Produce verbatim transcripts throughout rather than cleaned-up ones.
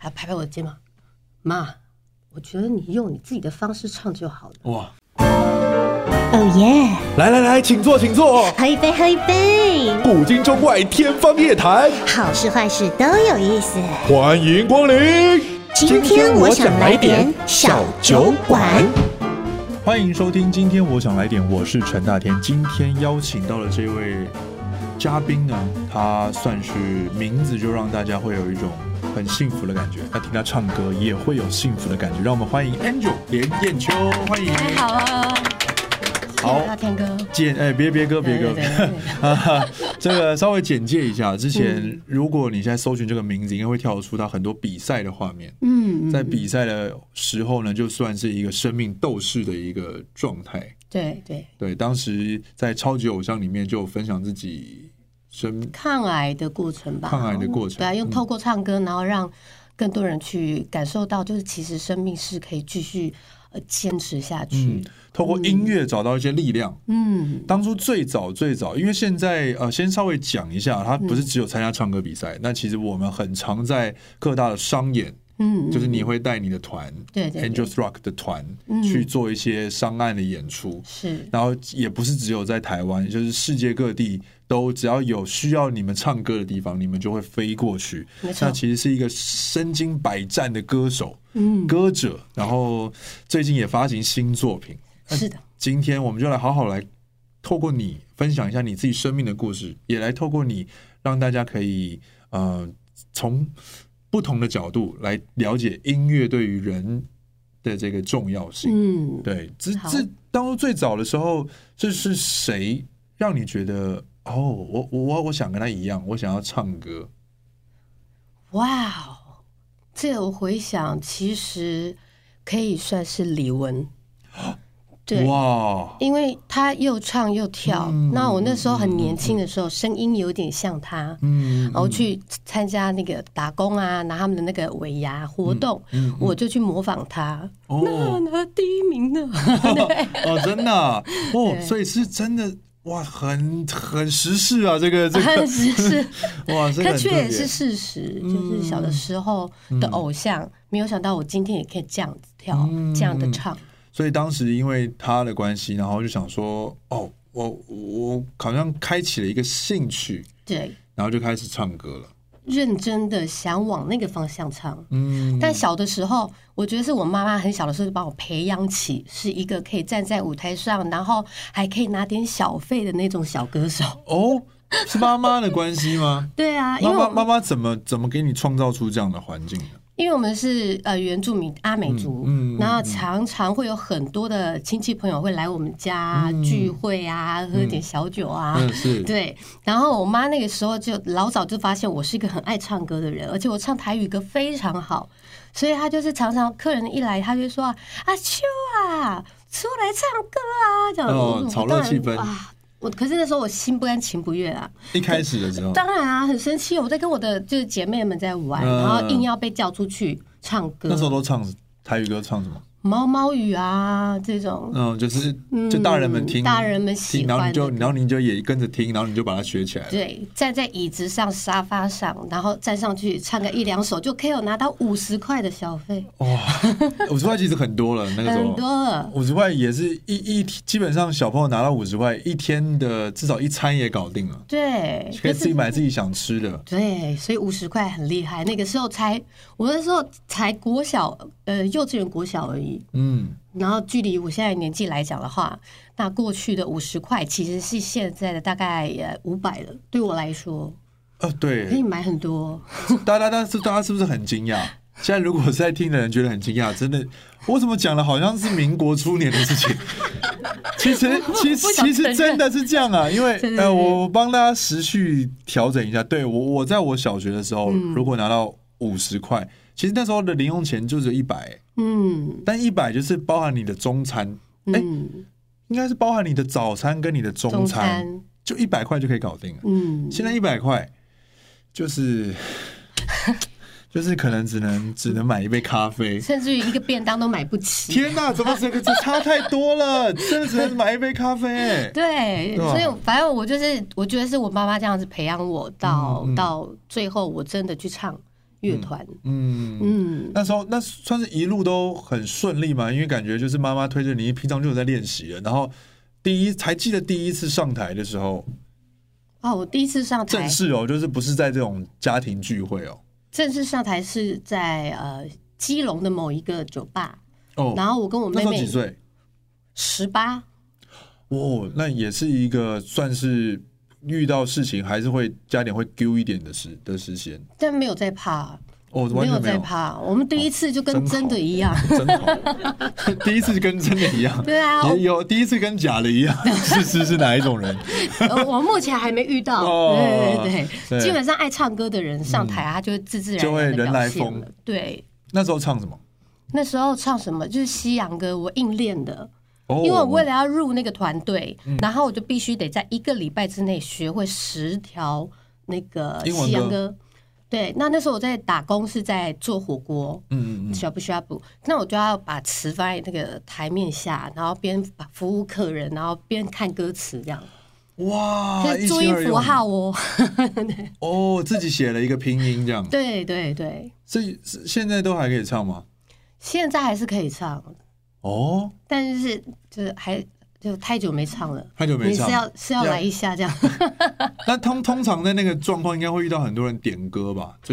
他拍拍我的肩膀，妈，我觉得你用你自己的方式唱就好了。哇！ 哦耶！ 来来来，请坐，请坐。 喝一杯，喝一杯。 古今中外，天方夜谭， 好事坏事都有意思。 欢迎光临。 今天我想来点小酒馆。 欢迎收听。今天我想来点，我是陈大天。今天邀请到了这位嘉宾呢，他算是名字就让大家会有一种很幸福的感觉，那听他唱歌也会有幸福的感觉。让我们欢迎 Angel 连燕秋，欢迎。 大家好啊。好，大天哥， 简哎，别别哥，别哥，这个稍微简介一下。之前、嗯、如果你现在搜寻这个名字，应该会跳出他很多比赛的画面。嗯，在比赛的时候呢，就算是一个生命斗士的一个状态。 对对对，当时在超级偶像里面就有分享自己生抗癌的过程吧， 抗癌的过程。 对啊，用透过唱歌，嗯、然后让更多人去感受到，就是其实生命是可以继续。呃，坚持下去、嗯， 透过音乐找到一些力量。嗯，当初最早最早，因为现在呃，先稍微讲一下，他不是只有参加唱歌比赛，嗯、那其实我们很常在各大的商演，嗯，就是你会带你的团，对对 ，Angels Rock 的团、嗯、去做一些商案的演出，是，然后也不是只有在台湾，就是世界各地。都只要有需要你们唱歌的地方，你们就会飞过去。那其实是一个身经百战的歌手、嗯、歌者，然后最近也发行新作品。 是的， 今天我们就来好好来透过你分享一下你自己生命的故事，也来透过你让大家可以呃从不同的角度来了解音乐对于人的这个重要性。嗯，对，这这当初最早的时候，这是谁让你觉得？哦，我我我想跟他一样，我想要唱歌。 哇哦，这个我回想，其实可以算是李玟。对，哇，因为他又唱又跳。嗯、那我那时候很年轻的时候，嗯、声音有点像他。嗯，然后去参加那个打工啊，拿他们的那个尾牙活动，嗯嗯、我就去模仿他。哦，那拿第一名呢？ 哦，真的、啊、哦，所以是真的。哇，很很时事啊，这个这个很时事哇， 可却也是事实，嗯、就是小的时候的偶像，嗯、没有想到我今天也可以这样子跳，嗯、这样的唱。 所以当时因为他的关系，然后就想说，哦，我我好像开启了一个兴趣， 对， 然后就开始唱歌了。 认真的想往那个方向唱，嗯，但小的时候，我觉得是我妈妈很小的时候就把我培养起是一个可以站在舞台上，然后还可以拿点小费的那种小歌手。 哦，是妈妈的关系吗？ 对啊，因为妈妈妈妈怎么怎么给你创造出这样的环境呢？ 因为我们是呃原住民阿美族，嗯嗯、然后常常会有很多的亲戚朋友会来我们家聚会啊，嗯、喝点小酒啊， 嗯、是对。然后我妈那个时候就老早就发现我是一个很爱唱歌的人，而且我唱台语歌非常好，所以她就是常常客人一来，她就说啊秋啊，出来唱歌啊，这样哦，炒热气氛啊。我可是那时候我心不甘情不愿啊！ 一开始的时候， 当然啊，很生气。我在跟我的就是姐妹们在玩，嗯、然后硬要被叫出去唱歌。 那时候都唱台语歌，唱什么？ 毛毛雨啊，这种， 嗯，就是就大人们听， 嗯、大人们喜欢， 然后你就，然后你就也跟着听，然后你就把它学起来了。 对，站在椅子上、沙发上，然后站上去唱个一两首，就可以有拿到五十块的小费。哇， 五十块其实很多了，那个时候很多了。 五十块也是一一基本上小朋友拿到五十块，一天的至少一餐也搞定了。 对， 可以自己买自己想吃的。 对，所以五十块很厉害。那个时候才，我那时候才国小，呃，幼稚园国小而已。嗯。然后距离我现在年纪来讲的话，那过去的五十块其实是现在的大概呃五百了。对我来说， 呃，对， 可以买很多。 大家，大家，大家是不是很惊讶？现在如果是在听的人觉得很惊讶，真的，我怎么讲的好像是民国初年的事情？其实，其实，其实真的是这样啊。因为呃，我帮大家时序调整一下。对我，我在我小学的时候，嗯、如果拿到五十块。其实那时候的零用钱就只有一百，嗯，但一百就是包含你的中餐，哎、嗯，应该是包含你的早餐跟你的中餐，中餐就一百块就可以搞定了。嗯，现在一百块就是就是可能只能只能买一杯咖啡， 甚至于一个便当都买不起。 天哪，怎么这个这差太多了？真的只能买一杯咖啡、欸。 对，对所以反正我就是我觉得是我妈妈这样子培养我到、嗯嗯、到最后我真的去唱。乐团，嗯嗯， 那时候那算是一路都很顺利嘛，因为感觉就是妈妈推着你，平常就有在练习了。然后第一还记得第一次上台的时候， 哦，我第一次上台正式哦，就是不是在这种家庭聚会哦， 正式上台是在呃基隆的某一个酒吧哦， 然后我跟我妹妹那时候几岁？ 十八。 哦，那也是一个算是遇到事情还是会加点会丢一点的时的时间， 但没有在怕。 哦， 没有在怕，我们第一次就跟真的一样， 哦、真好，第一次跟真的一样， 对啊， 也有第一次跟假的一样，是是是哪一种人？ 我目前还没遇到， 哦、 对对 对, 对，基本上爱唱歌的人上台，他就会自自然然就会人来疯。 对， 那时候唱什么？ 那时候唱什么？就是西洋歌，我硬练的。哦、因为我为了要入那个团队、嗯，然后我就必须得在一个礼拜之内学会十条那个西洋歌。对，那那时候我在打工，是在做火锅，嗯嗯需要不需要不？那我就要把词放在那个台面下，然后边服务客人，然后边看歌词，这样。 哇， 注音符号哦。 哦，自己写了一个拼音这样。 对对对。 所以现在都还可以唱吗？ 现在还是可以唱。哦。但是就是还。就太久没唱了， 太久没唱， 你是要是要来一下这样。 那通通常在那个状况，应该会遇到很多人点歌吧？就是，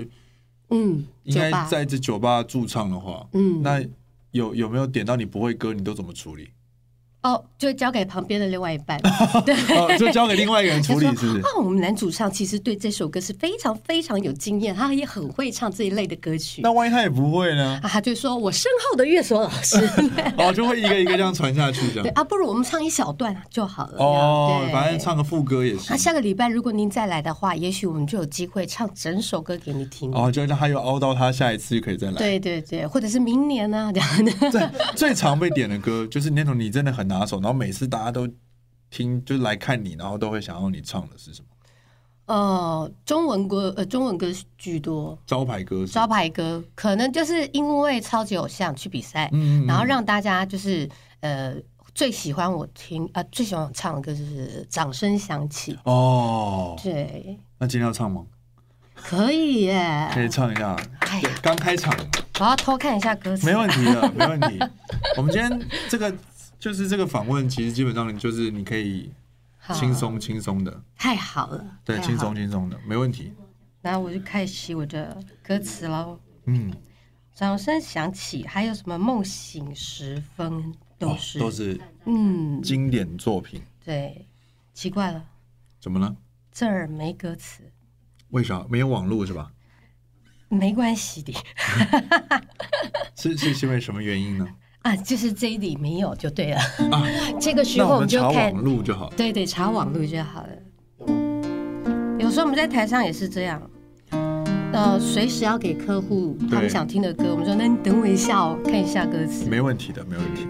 嗯， 应该在这酒吧驻唱的话，嗯，那有有没有点到你不会歌，你都怎么处理？ 哦，就交给旁边的另外一半，对， 哦，就交给另外一个人处理，是不是？ 啊，我们男主唱其实对这首歌是非常非常有经验，他也很会唱这一类的歌曲。 那万一他也不会呢？ 啊，他就说我身后的乐手老师， 哦，就会一个一个这样传下去，这样。 对啊，不如我们唱一小段就好了。 哦，反正唱个副歌也行。 那下个礼拜如果您再来的话，也许我们就有机会唱整首歌给你听。 哦，就让他有凹到他下一次就可以再来。 对对对，或者是明年啊这样的。 最最常被点的歌就是那种你真的很拿手，然后每次大家都听，就是来看你，然后都会想要你唱的是什么？ 呃，中文歌，呃，中文歌居多， 招牌歌， 招牌歌，可能就是因为超级偶像去比赛，嗯嗯嗯，然后让大家就是呃最喜欢我听，呃最喜欢我唱的歌就是掌声响起。哦，对， 那今天要唱吗？ 可以耶， 可以唱一下。哎呀，刚开场， 我要偷看一下歌词， 没问题的，没问题。我们今天这个。就是这个访问，其实基本上就是你可以轻松轻松的， 太好了， 对，轻松轻松的，没问题。 然后我就开启我的歌词喽。嗯，掌声响起，还有什么梦醒时分，都是、 哦、都是嗯经典作品。 对，奇怪了， 怎么了？ 这儿没歌词， 为啥？没有网络是吧？ 没关系的。 是是因为什么原因呢？ 啊，就是这里没有就对了。啊、这个时候我们就看查网路就好。 对对，查网路就好了。有时候我们在台上也是这样，呃，随时要给客户他们想听的歌，我们说那你等我一下哦，看一下歌词。 没问题的，没问题。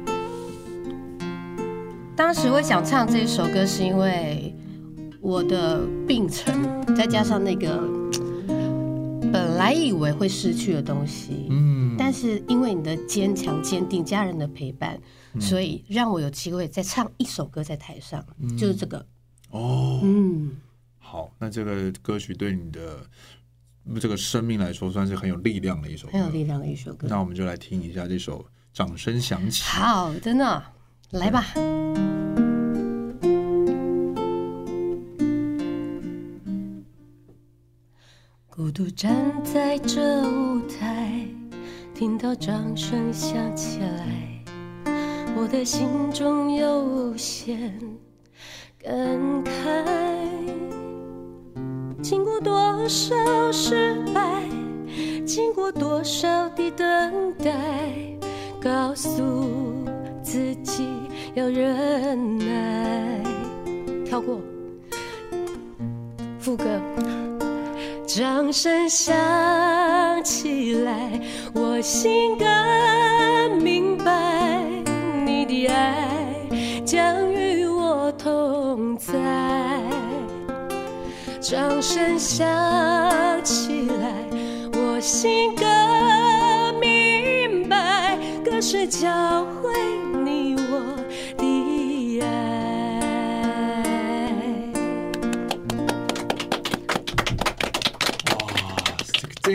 当时我想唱这首歌，是因为我的病程，再加上那个本来以为会失去的东西，嗯，但是因为你的坚强、坚定、家人的陪伴，嗯、所以让我有机会再唱一首歌在台上，嗯、就是这个。 哦，嗯，好，那这个歌曲对你的这个生命来说，算是很有力量的一首歌， 很有力量的一首歌。 那我们就来听一下这首《掌声响起》。 好，真的，来吧。孤独站在这舞台，听到掌声响起来，我的心中有无限感慨。经过多少失败，经过多少的等待，告诉自己要忍耐。跳过副歌。掌声响起来，我心更明白，你的爱将与我同在。掌声响起来，我心更明白，歌是教会你我的爱。 这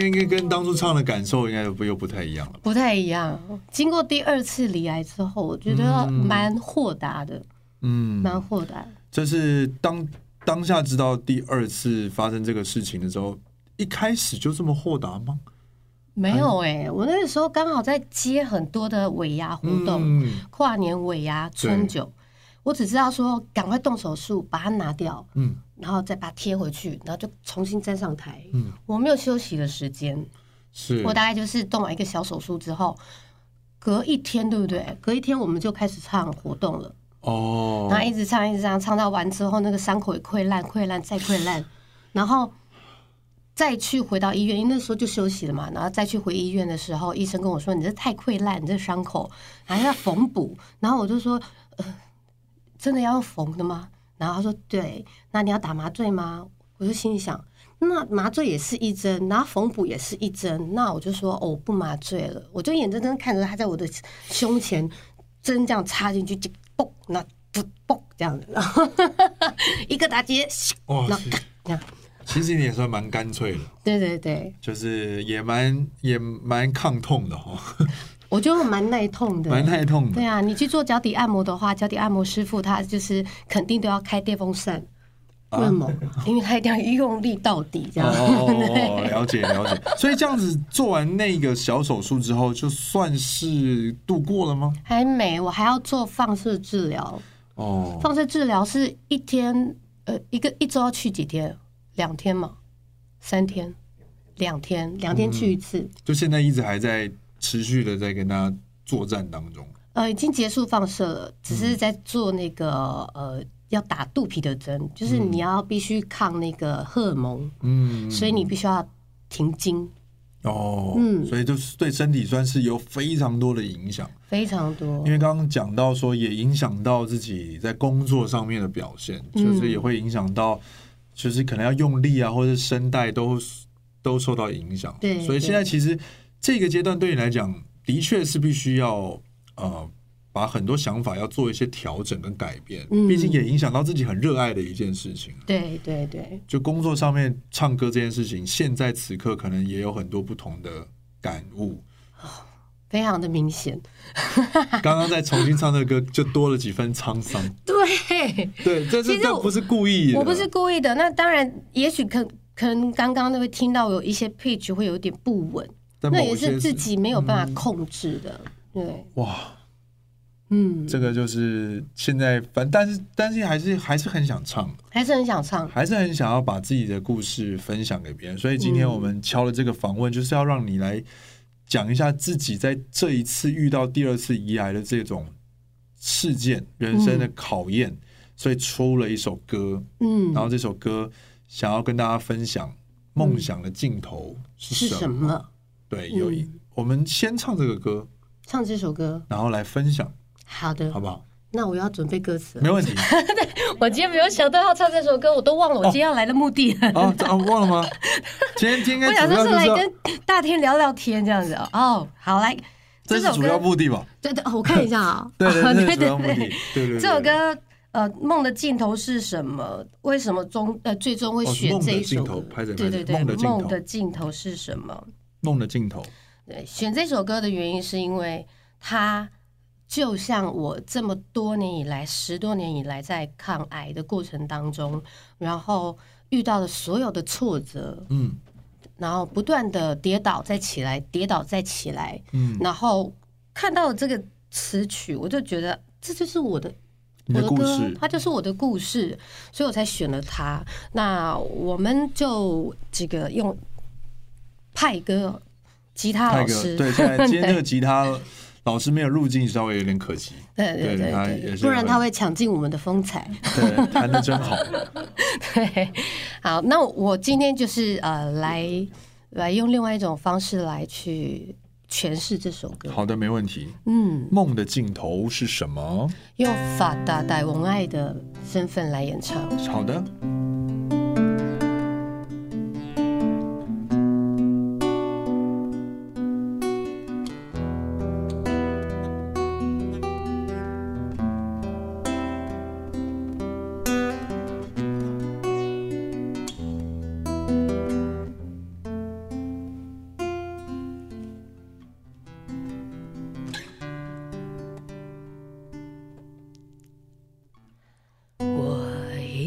应该跟当初唱的感受应该不又不太一样了。 不太一样。经过第二次罹癌之后，我觉得蛮豁达的，嗯，蛮豁达。 这是当当下知道第二次发生这个事情的时候，一开始就这么豁达吗？ 没有哎、欸，我那个时候刚好在接很多的尾牙活动，嗯、跨年尾牙、春酒。我只知道说赶快动手术把它拿掉，嗯，然后再把它贴回去，然后就重新站上台。嗯，我没有休息的时间， 是我大概就是动完一个小手术之后，隔一天对不对？隔一天我们就开始唱活动了。哦，然后一直唱一直唱，唱到完之后那个伤口也溃烂、溃烂再溃烂，然后再去回到医院，因为那时候就休息了嘛，然后再去回医院的时候，医生跟我说：“你这太溃烂，你这伤口还要缝补。”然后我就说：“呃。”真的要用缝的吗？然后他说对，那你要打麻醉吗？我就心里想，那麻醉也是一针，然后缝补也是一针，那我就说哦，不麻醉了，我就眼睁睁看着他在我的胸前针这样插进去，就嘣，那嘣嘣这样子，然后一个打结， 哇，这样。其实你也算蛮干脆的， 对对对， 就是也蛮也蛮抗痛的哈。 我觉得蛮耐痛的， 蛮耐痛的。 对啊，你去做脚底按摩的话，脚底按摩师傅他就是肯定都要开电风扇，为什么？因为他一定要用力到底，这样。 哦，了解了解。所以这样子做完那个小手术之后，就算是度过了吗？ 还没，我还要做放射治疗。哦，放射治疗是一天，呃，一个一周要去几天？两天嘛，三天，两天，两天去一次。嗯、 就现在一直还在。持续的在跟他作战当中， 呃，已经结束放射了，只是在做那个、嗯、呃，要打肚皮的针，就是你要必须抗那个荷尔蒙，嗯，所以你必须要停经。 哦，嗯，所以就是对身体算是有非常多的影响， 非常多。 因为刚刚讲到说，也影响到自己在工作上面的表现，嗯、就是也会影响到，就是可能要用力啊，或者声带都都受到影响。 对， 所以现在其实。这个阶段对你来讲，的确是必须要呃，把很多想法要做一些调整跟改变。嗯，毕竟也影响到自己很热爱的一件事情。 对对对， 就工作上面唱歌这件事情，现在此刻可能也有很多不同的感悟， 非常的明显。 刚刚再重新唱的歌，就多了几分沧桑。 对对，这是这不是故意的， 我不是故意的。那当然，也许可可能刚刚都会听到有一些 pitch 会有点不稳。那也是自己没有办法控制的，嗯、对。哇， 嗯，这个就是现在，反正但是但是还是还是很想唱， 还是很想唱， 还是很想要把自己的故事分享给别人。所以今天我们敲了这个访问，就是要让你来讲一下自己在这一次遇到第二次胰癌的这种事件、人生的考验，嗯、所以出了一首歌，嗯，然后这首歌想要跟大家分享梦想的尽头是什么？ 是什么？ 对，有一、嗯、我们先唱这个歌， 唱这首歌， 然后来分享。 好的， 好不好？ 那我要准备歌词了， 没问题。 对，我今天没有想到要唱这首歌，我都忘了我今天要来的目的了。 哦，哦忘了吗？今天今天我想说是来跟大天聊聊天这样子。哦，好，来， 这是主要目的吧？ 对对，我看一下啊。 对对对，这是主要目的。对对， 这首歌。呃，梦的尽头是什么？为什么终呃最终会选这一首歌？ 哦、 对对对，梦的尽头是什么？ 梦的尽头。 对，选这首歌的原因是因为它就像我这么多年以来，十多年以来在抗癌的过程当中，然后遇到的所有的挫折，嗯，然后不断的跌倒再起来，跌倒再起来，嗯，然后看到了这个词曲，我就觉得这就是我的。 我的歌， 它就是我的故事，所以我才选了它。那我们就这个用派哥吉他老师， 对，现在今天这个吉他老师没有入境，稍微有点可惜。 对对对对，不然他会抢尽我们的风采。 对，弹得真好。 对，好，那我今天就是呃，来来用另外一种方式来去。诠释这首歌。 好的，没问题。嗯，梦的尽头是什么？ 用法达戴文爱的身份来演唱。 好的。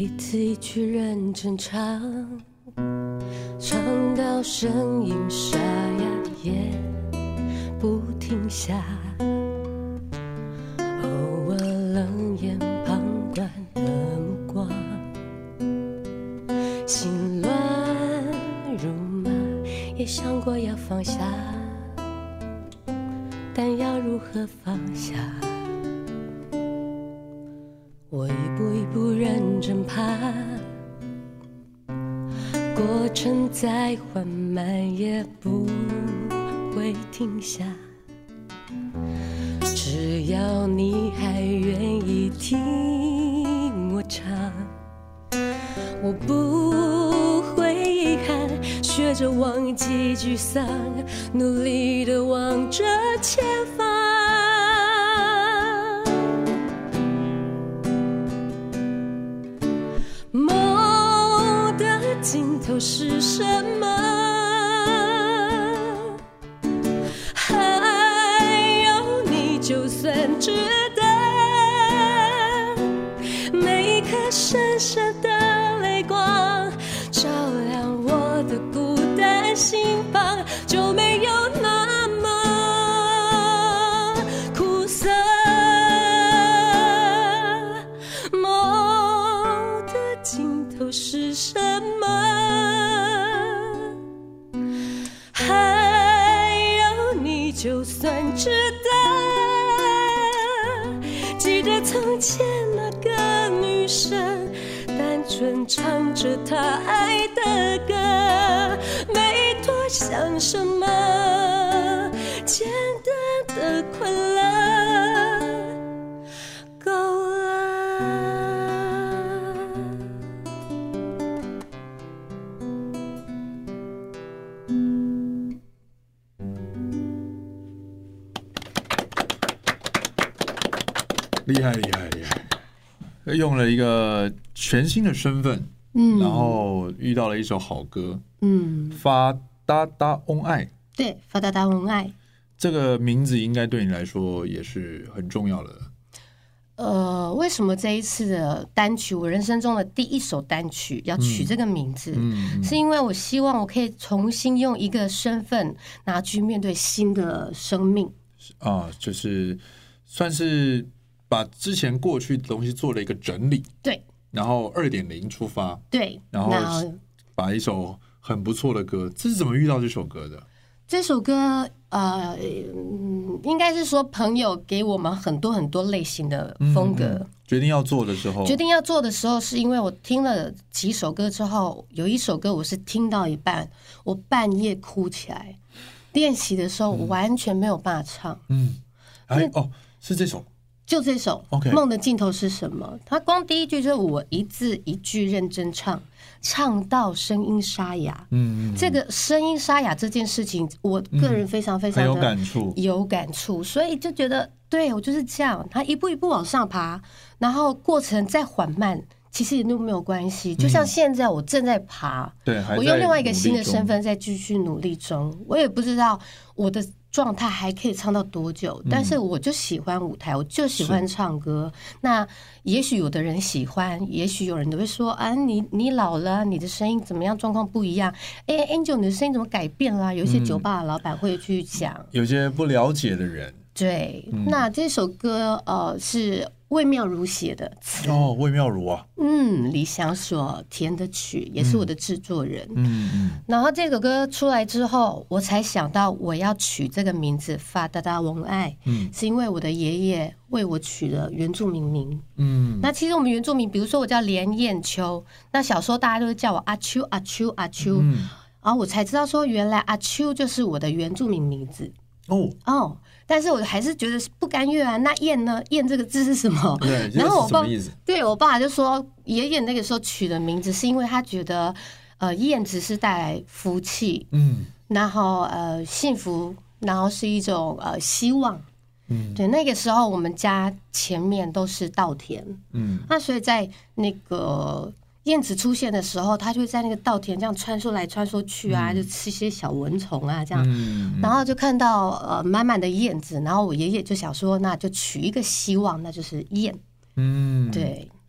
一字一句认真唱，唱到声音沙哑也不停下，偶尔冷眼旁观的目光，心乱如麻，也想过要放下，但要如何放下？我一步一步认真爬，过程再缓慢也不会停下，只要你还愿意听我唱，我不会遗憾，学着忘记沮丧，努力地望着前方。梦的尽头是什么？还有你就算值得，每一颗深深的泪光照亮我的孤单心房，就没有那么苦涩。梦的尽头是什么？还有你就算值得。记得从前那个女生单纯唱着她爱的歌，没多想什么，简单的快乐够了。 厉害厉害厉害！用了一个全新的身份，嗯，然后遇到了一首好歌，嗯，发哒哒翁爱， 对，发哒哒翁爱这个名字应该对你来说也是很重要的。 呃，为什么这一次的单曲，我人生中的第一首单曲要取这个名字？嗯嗯、是因为我希望我可以重新用一个身份拿去面对新的生命啊，就是算是把之前过去的东西做了一个整理，对，然后二点零出发，对，然后把一首很不错的歌，这是怎么遇到这首歌的？ 这首歌呃，应该是说朋友给我们很多很多类型的风格。嗯嗯、 决定要做的时候， 决定要做的时候，是因为我听了几首歌之后，有一首歌我是听到一半，我半夜哭起来。练习的时候，我完全没有办法唱。嗯， 哎哦，是这首。 就这首 okay. 梦的尽头是什么？他光第一句就是我一字一句认真唱，唱到声音沙哑。嗯，这个声音沙哑这件事情，我个人非常非常的有感触， 有感触，所以就觉得对我就是这样。他一步一步往上爬，然后过程再缓慢，其实也都没有关系。就像现在我正在爬， 对、嗯， 我用另外一个新的身份在继续努力中，我也不知道我的状态还可以唱到多久，但是我就喜欢舞台，我就喜欢唱歌。那也许有的人喜欢，也许有人都会说啊，你你老了，你的声音怎么样，状况不一样。哎 ，Angel， 你的声音怎么改变啦？有一些酒吧的老板会去讲，嗯、 有些不了解的人。 对，嗯、那这首歌呃是魏妙如写的词哦，魏妙如啊， 嗯，李想所填的曲，也是我的制作人。嗯嗯，然后这首歌出来之后，我才想到我要取这个名字发哒哒翁爱，嗯，是因为我的爷爷为我取了原住民名。嗯，那其实我们原住民，比如说我叫连燕秋，那小时候大家都会叫我阿秋阿秋阿秋，嗯，然后我才知道说原来阿秋就是我的原住民名字。哦哦。但是我还是觉得不甘愿啊！那燕呢？燕这个字是什么？ 对，然后我爸对我爸就说，爷爷那个时候取的名字是因为他觉得，呃，燕只是带来福气，嗯，然后呃幸福，然后是一种呃希望，嗯，对。那个时候我们家前面都是稻田，嗯，那所以在那个燕子出现的时候，它就会在那个稻田这样穿梭来穿梭去啊，嗯、就吃一些小蚊虫啊，这样，嗯嗯、然后就看到呃满满的燕子，然后我爷爷就想说，那就取一个希望，那就是燕，嗯，对，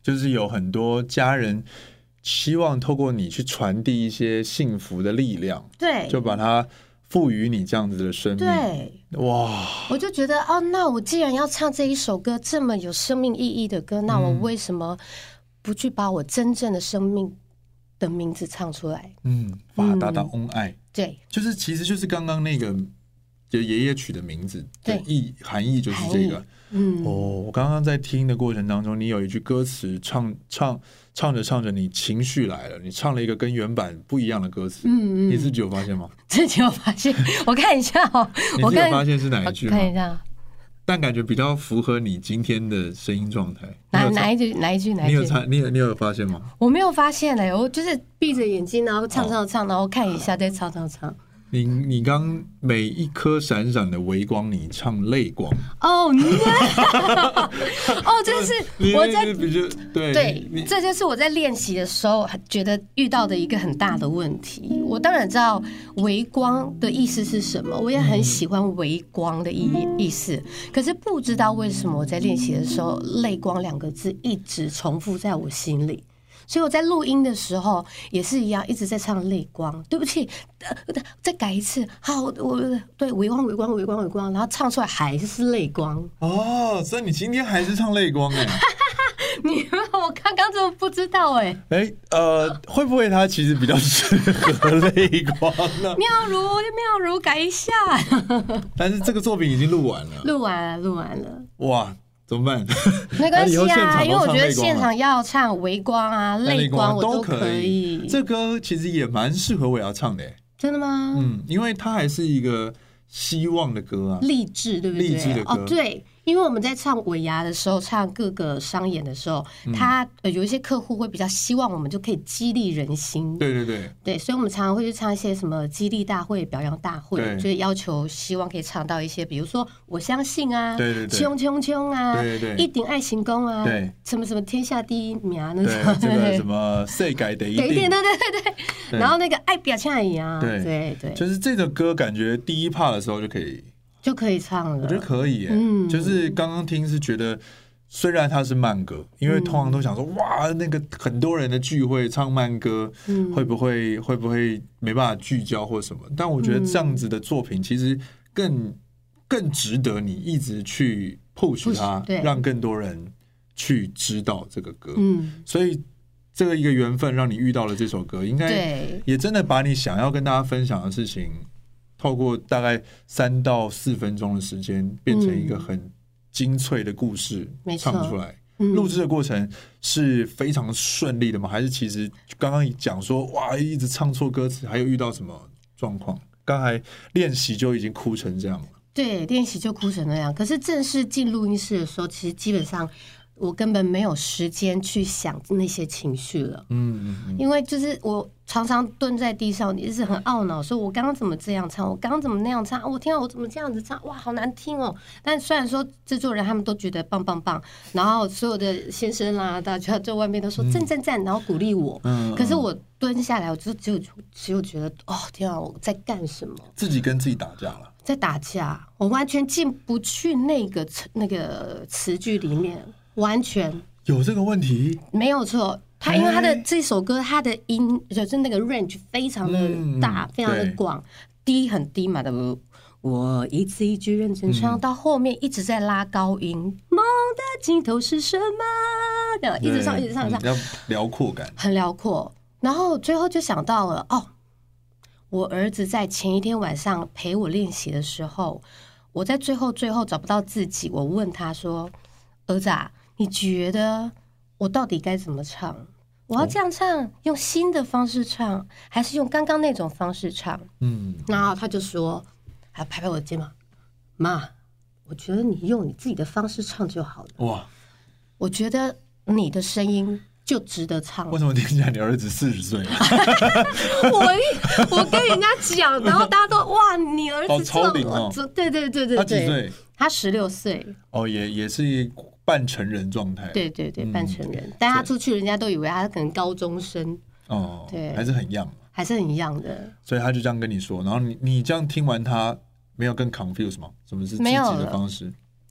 就是有很多家人希望透过你去传递一些幸福的力量， 对， 就把它赋予你这样子的生命。 对， 哇！ 我就觉得哦，那我既然要唱这一首歌这么有生命意义的歌，那我为什么不去把我真正的生命的名字唱出来？嗯， 法达达翁爱， 对， 就是其实就是刚刚那个就爷爷取的名字的意含义就是这个。嗯，哦，我刚刚在听的过程当中，你有一句歌词唱唱唱着唱着，你情绪来了，你唱了一个跟原版不一样的歌词。嗯嗯，你自己有发现吗？ 自己有发现，我看一下哦。 你自己有发现是哪一句吗？ 看一下。 但感觉比较符合你今天的声音状态。 哪哪一句？哪一句？哪一句？ 你有唱？你有你有发现吗？ 我没有发现嘞、欸，我就是闭着眼睛，然后唱唱唱，然后看一下，再唱唱唱。 你你刚每一颗闪闪的微光，你唱泪光哦，哦，这是我在对对，这就是我在练习的时候觉得遇到的一个很大的问题。我当然知道微光的意思是什么，我也很喜欢微光的意意思，可是不知道为什么我在练习的时候，泪光两个字一直重复在我心里。所以我在录音的时候也是一样，一直在唱泪光。对不起，呃、再改一次。好，我对微光微光微光微光，然后唱出来还是泪光。 哦，所以你今天还是唱泪光哎、欸？ 你我刚刚怎么不知道哎、欸？ 哎、欸、呃，会不会他其实比较适合泪光呢？ 妙如妙如改一下。 但是这个作品已经录完了， 录完了，录完了。 哇！怎么办？ 没关系啊，因为我觉得现场要唱微光啊、泪光，我都可以。 这歌其实也蛮适合我要唱的、欸， 真的吗？嗯， 因为它还是一个希望的歌啊， 励志，对不对？ 励志的歌， 哦，对。因为我们在唱尾牙的时候，唱各个商演的时候，他、呃、有一些客户会比较希望我们就可以激励人心。 对对对， 对，所以我们常常会去唱一些什么激励大会、表扬大会，就是要求希望可以唱到一些，比如说我相信啊， 对对对， 冲冲冲啊， 对对对， 一定爱成功啊， 对， 什么什么天下第一名啊，那种这个什么世界第一定， 对对对对对，然后那个爱表现一样，对对对， 就是这个歌感觉第一 part 的时候就可以。 就可以唱了， 我觉得可以耶。嗯，就是刚刚听是觉得，虽然它是慢歌，因为通常都想说，哇，那个很多人的聚会唱慢歌，嗯、会不会会不会没办法聚焦或什么？但我觉得这样子的作品其实更更值得你一直去 push 它，让更多人去知道这个歌。嗯，所以这个一个缘分让你遇到了这首歌，应该也真的把你想要跟大家分享的事情。透过大概三到四分钟的时间，变成一个很精粹的故事唱出来。录制的过程是非常顺利的吗？还是其实刚刚讲说哇，一直唱错歌词，还有遇到什么状况？刚才练习就已经哭成这样了。对，练习就哭成那样。可是正式进录音室的时候，其实基本上我根本没有时间去想那些情绪了。嗯嗯嗯，因为就是我。常常蹲在地上，一直很懊恼，说我刚刚怎么这样唱，我刚刚怎么那样唱，我天啊，我怎么这样子唱，哇，好难听哦！但虽然说制作人他们都觉得棒棒棒，然后所有的先生啦，大家在外面都说赞赞赞，然后鼓励我。嗯，可是我蹲下来，我就只有只有觉得，哦，天啊，我在干什么？自己跟自己打架了，在打架，我完全进不去那个那个词句里面，完全有这个问题，没有错。他因为他的这首歌，他的音就是那个 range 非常的大，嗯、非常的广，低很低嘛的。我一字一句认真唱，嗯、到后面一直在拉高音。梦的尽头是什么？这样一直唱，一直唱，一直唱，比较辽阔感，很辽阔。然后最后就想到了，哦，我儿子在前一天晚上陪我练习的时候，我在最后最后找不到自己，我问他说：“儿子啊，你觉得？”我到底该怎么唱？我要这样唱，用新的方式唱，还是用刚刚那种方式唱？嗯，然后他就说，还拍拍我的肩膀，妈，我觉得你用你自己的方式唱就好了。哇，我觉得你的声音就值得唱。为什么听起来你儿子四十岁？我我跟人家讲，然后大家都哇，你儿子超龄哦，对对对对对，他几岁？他十六岁。哦，也也是。半成人状态，对对对，半成人。但他出去，人家都以为他可能高中生哦，对，还是很 young， 还是很 young 的。所以他就这样跟你说，然后你你这样听完他，没有更 confuse 吗？什么是积极的方式？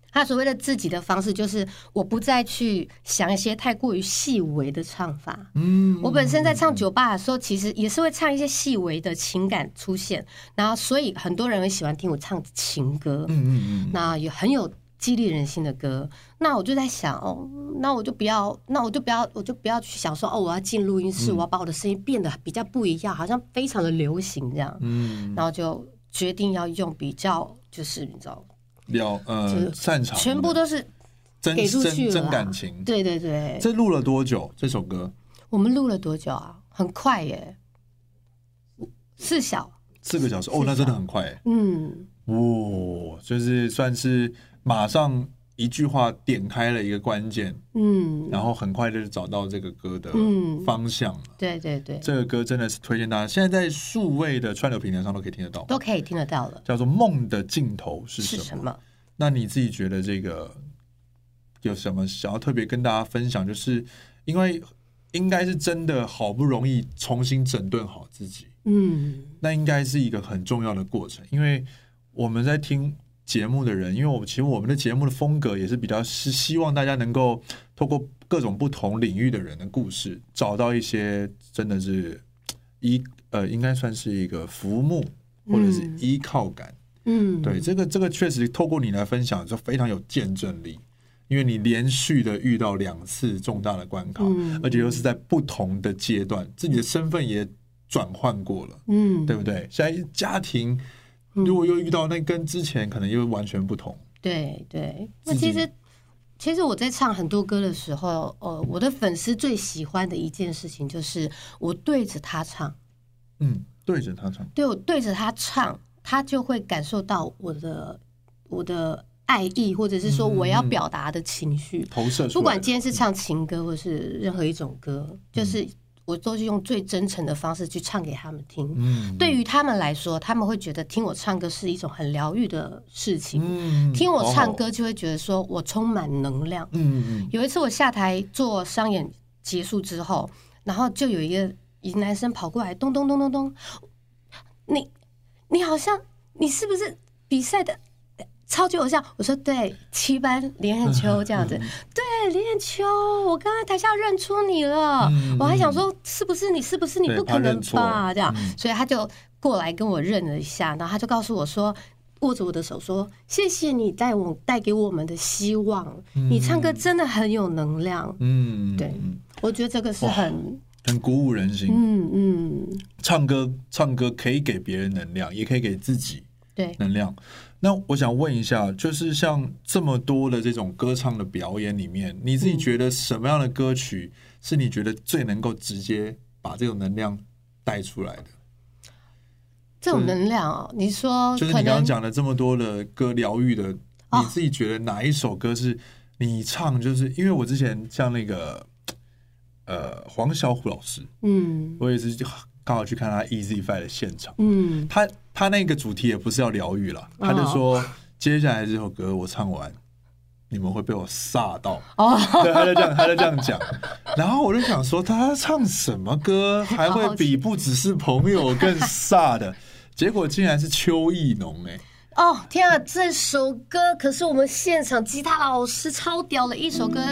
他所谓的自己的方式，就是我不再去想一些太过于细微的唱法。嗯，我本身在唱酒吧的时候，其实也是会唱一些细微的情感出现，然后所以很多人会喜欢听我唱情歌。嗯嗯嗯，那有很有激励人心的歌。那我就在想，哦，那我就不要，那我就不要，我就不要去想说，哦，我要进录音室，嗯、我要把我的声音变得比较不一样，好像非常的流行这样。嗯，然后就决定要用比较，就是你知道。了呃，擅长全部都是给出去了，真感情。对对对， 这录了多久？这首歌我们录了多久啊？很快耶，四小四个小时哦，那真的很快耶。嗯，哦，就是算是马上一句话点开了一个关键，嗯，然后很快就找到这个歌的方向了。 嗯、对对对， 这个歌真的是推荐大家，现在在数位的串流平台上都可以听得到， 都可以听得到了。 叫做《梦的尽头是什么》？ 是什么？ 那你自己觉得这个有什么想要特别跟大家分享？就是因为应该是真的好不容易重新整顿好自己，嗯，那应该是一个很重要的过程。因为我们在听节目的人，因为我们其实我们的节目的风格也是比较是希望大家能够透过各种不同领域的人的故事，找到一些真的是依呃，应该算是一个浮木或者是依靠感。嗯，对，这个这个确实透过你来分享就非常有见证力，因为你连续的遇到两次重大的关卡，嗯、而且又是在不同的阶段，自己的身份也转换过了，嗯，对不对？现在家庭如果又遇到那跟之前可能又完全不同， 对对。那其实其实我在唱很多歌的时候，呃，我的粉丝最喜欢的一件事情就是我对着他唱， 嗯，对着他唱， 对我对着他唱。他就会感受到我的我的爱意，或者是说我要表达的情绪、嗯、 投射出来。 不管今天是唱情歌，或是任何一种歌，嗯、就是我都是用最真诚的方式去唱给他们听。嗯，对于他们来说，他们会觉得听我唱歌是一种很疗愈的事情。嗯，听我唱歌就会觉得说我充满能量。嗯嗯。有一次我下台做商演结束之后，然后就有一个一个男生跑过来，咚咚咚咚咚，你。你好像，你是不是比赛的超级偶像？我说对，七班林彦秋这样子。对，林彦秋，我刚才台下认出你了，嗯、我还想说是不是你？是不是你？不可能吧？这样，嗯、所以他就过来跟我认了一下，然后他就告诉我说，握着我的手说：“谢谢你带我带给我们的希望，嗯、你唱歌真的很有能量。”嗯，对，我觉得这个是很。 很鼓舞人心，嗯嗯，唱歌唱歌可以给别人能量，也可以给自己能量。那我想问一下，就是像这么多的这种歌唱的表演里面，你自己觉得什么样的歌曲是你觉得最能够直接把这种能量带出来的？ 这种能量哦，你说就是你刚刚讲的这么多的歌疗愈的，你自己觉得哪一首歌是你唱？就是因为我之前像那个。呃，黄小琥老师，嗯，我也是刚好去看他 Easy Five 的现场，嗯，他他那个主题也不是要疗愈啦，他就说、哦、接下来这首歌我唱完，你们会被我煞到，哦，对，他就这样，他就这样讲，然后我就想说，他唱什么歌还会比不只是朋友更煞的？结果竟然是邱意浓哎、欸。 哦天啊！这首歌可是我们现场吉他老师超屌的一首歌，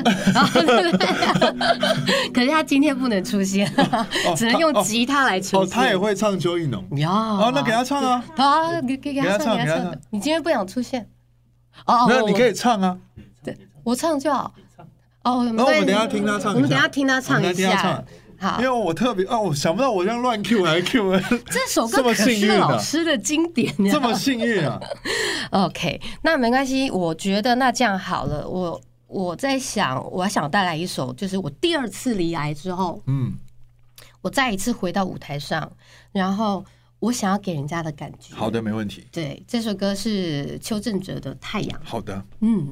可是他今天不能出现，哦、只能用吉他来出现。 哦，他也会唱邱意浓呀？哦，那给他唱啊！ 好，给给他唱，给他唱。你今天不想出现？哦， 没有，你可以唱啊。 对，我唱就好。 哦，然后我们等一下聽他唱一下， 我們等一下聽他唱一下。 好，因為我特別哦，我想不到我這樣亂 Q 還 Q 這首歌可是老師的經典， 這麼幸運啊。 OK， 那沒關係，我覺得那這樣好了，我我在想，我想帶來一首，就是我第二次罹癌之後，嗯，我再一次回到舞台上，然後我想要給人家的感覺。 好的，沒問題。 對，這首歌是邱正哲的《太陽》。 好的， 嗯。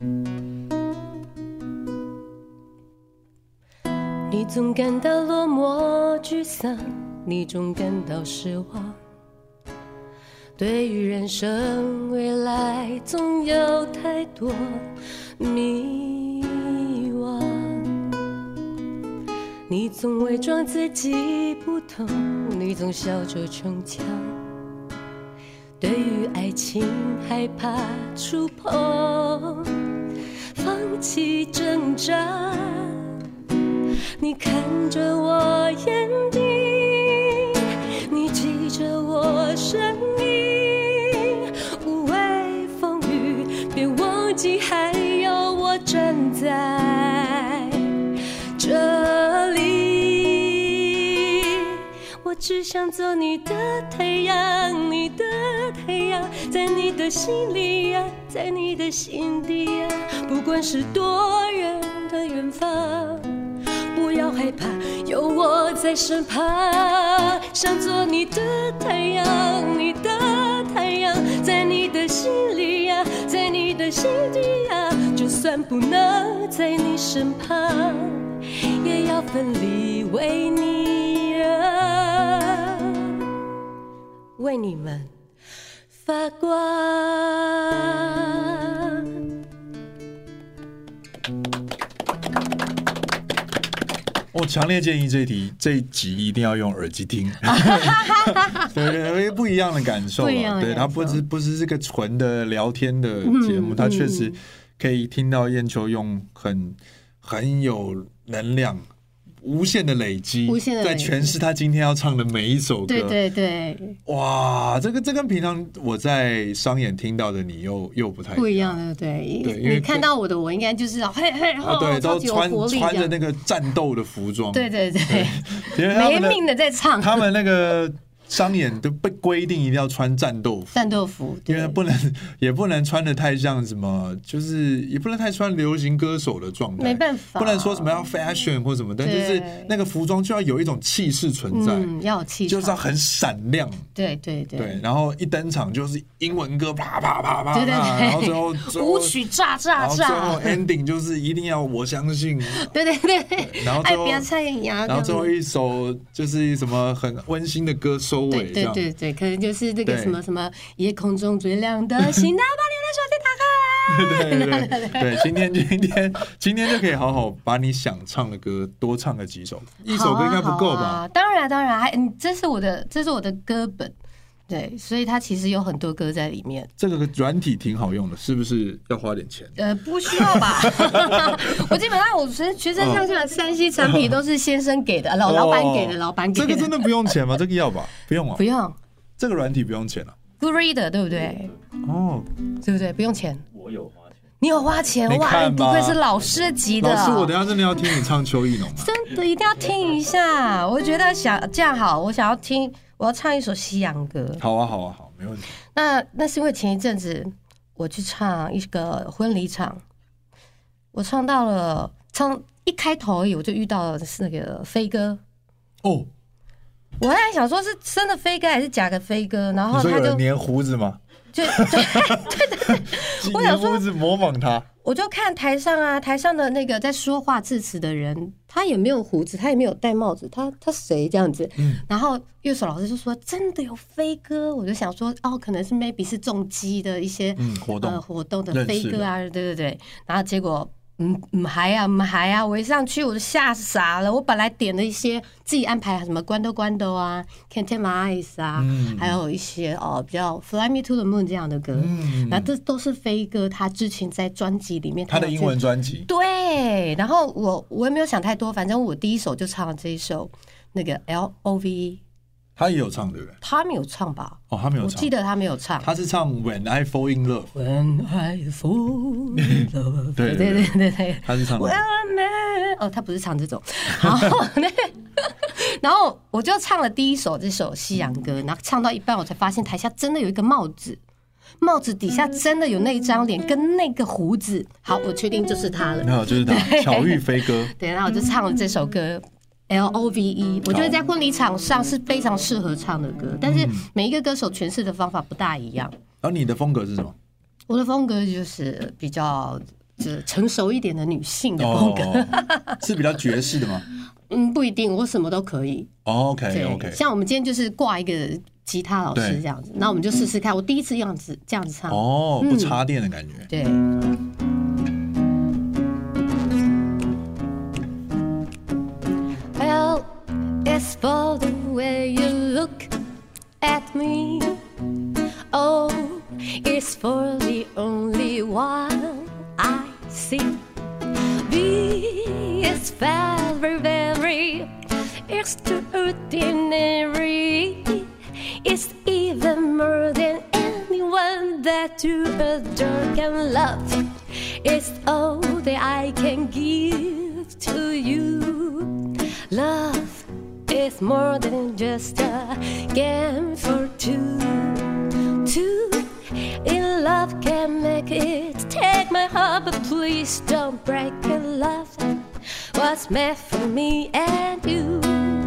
你總感到落寞沮喪，你總感到失望，對於人生未來總有太多迷惘，你總偽裝自己不懂，你總笑着逞強， 对于爱情害怕触碰，放弃挣扎。你看着我眼睛，你记着我声音，无畏风雨，别忘记还有我站在这里。我只想做你的太阳，你的太阳，在你的心里呀，在你的心底呀，不管是多远的远方，不要害怕，有我在身旁。想做你的太阳，你的太阳，在你的心里呀，在你的心底呀，就算不能在你身旁，也要奋力为你啊，为你们发光。 我强烈建议这一题这一集一定要用耳机听，对对，不一样的感受了。对，它不是不是这个纯的聊天的节目，嗯、它确实可以听到燕秋用很很有能量、无限的累积，在诠释他今天要唱的每一首歌。 对对对， 哇，这个这跟平常我在商演听到的你又又不太一样， 不一样的。对，对，因为你看到我的我应该就是嘿嘿， 啊、对，都穿穿着那个战斗的服装， 对对对，没命的在唱。 他们那个商演都被规定一定要穿战斗服， 战斗服， 因为不能也不能穿的太像什么，就是也不能太穿流行歌手的状态， 没办法， 不能说什么要 fashion 或什么，但就是那个服装就要有一种气势存在， 嗯，要有气势， 就是要很闪亮， 对对 对, 对，然后一登场就是英文歌啪啪啪啪，对对对，然后最后舞曲炸炸炸， 然后最后 ending 就是一定要我相信， 对对对， 然后最后爱不要菜芽， 然后最后一首就是什么很温馨的歌收尾， 对对对对，可能就是那个什么什么夜空中最亮的星，那把你的手机打开。 对对对对，今天今天今天就可以好好把你想唱的歌多唱个几首，一首歌应该不够吧？ 啊啊、当然当然，还这是我的这是我的歌本，对，所以它其实有很多歌在里面。 这个软体挺好用的，是不是要花点钱？ 呃，不需要吧。我基本上我学学生上下三 C 产品都是先生给的，老老板给的，老板给的。 这个真的不用钱吗？这个要吧？不用啊， 不用。 这个软体不用钱了、啊。 Good Reader 对不对？哦，对不对？不用钱。 我有花钱。 你有花钱哇！你不愧是老师级的。 老师，我等一下真的要听你唱邱意浓、啊。 真的一定要听一下。我觉得想这样好，我想要听，我要唱一首西洋歌。 好啊，好啊，好，没问题。 那那是因为前一阵子我去唱一个婚礼场，我唱到了唱一开头而已，我就遇到了是那个飞哥哦。我还想说是真的飞哥还是假的飞哥，然后他就粘胡子吗？ 就对对对，我想说胡子模仿他， 我就看台上啊，台上的那个在说话致辞的人，他也没有胡子，他也没有戴帽子，他他谁这样子？嗯，然后乐手老师就说真的有飞哥，我就想说哦，可能是 maybe 是重击的一些嗯活动、 呃、活动的飞哥啊，对对对，然后结果。嗯嗯还啊嗯还啊！我一上去我就吓傻了。我本来点了一些自己安排什么关兜关兜啊 ，Can't Take My Eyes 啊，嗯、还有一些哦比较 Fly Me to the Moon 这样的歌。嗯，然后这都是飞哥他之前在专辑里面他的英文专辑。 对，然后我我也没有想太多，反正我第一首就唱了这一首那个 L O V E。 他也有唱对不对？ 他没有唱吧？ 哦，他没有唱。 我记得他没有唱。 他是唱 When I Fall in Love。When I Fall in Love 。对对对对对， 他是唱。 哦，他不是唱这种。然后，然后我就唱了第一首这首西洋歌，然后唱到一半，我才发现台下真的有一个帽子，帽子底下真的有那张脸跟那个胡子。好，我确定就是他了。 没有，就是他，巧遇飞哥。 对，然后我就唱了这首歌。L O V E， 我觉得在婚礼场上是非常适合唱的歌，但是每一个歌手诠释的方法不大一样。 而你的风格是什么？ 我的风格就是比较成熟一点的女性的风格， 哦、是比较爵士的吗？ 嗯，不一定，我什么都可以。 哦、OK OK， 像我们今天就是挂一个吉他老师这样子，那我们就试试看。我第一次样子这样子唱， 哦，不插电的感觉。 嗯、对。It's for the way you look at me. Oh, for the only one I see. B is very, very extraordinary. It's even more than anyone that you adore and love. It's all that I can give to you. Love is more than just a game for two. Two in love can make it. Take my heart, but please don't break it. Love was meant for me and you.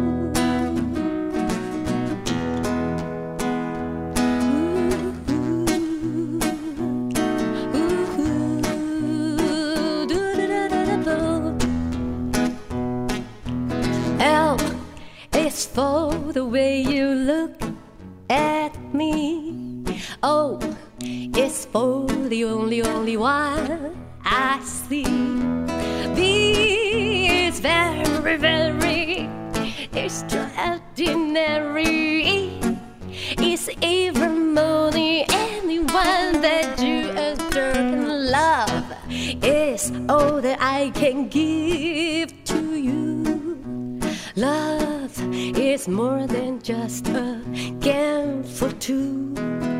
It's for the way you look at me. Oh, it's for the only, only one I see. B is very, very extraordinary. It's even more than anyone that you adore and love. It's all that I can give to you. Love is more than just a game for two.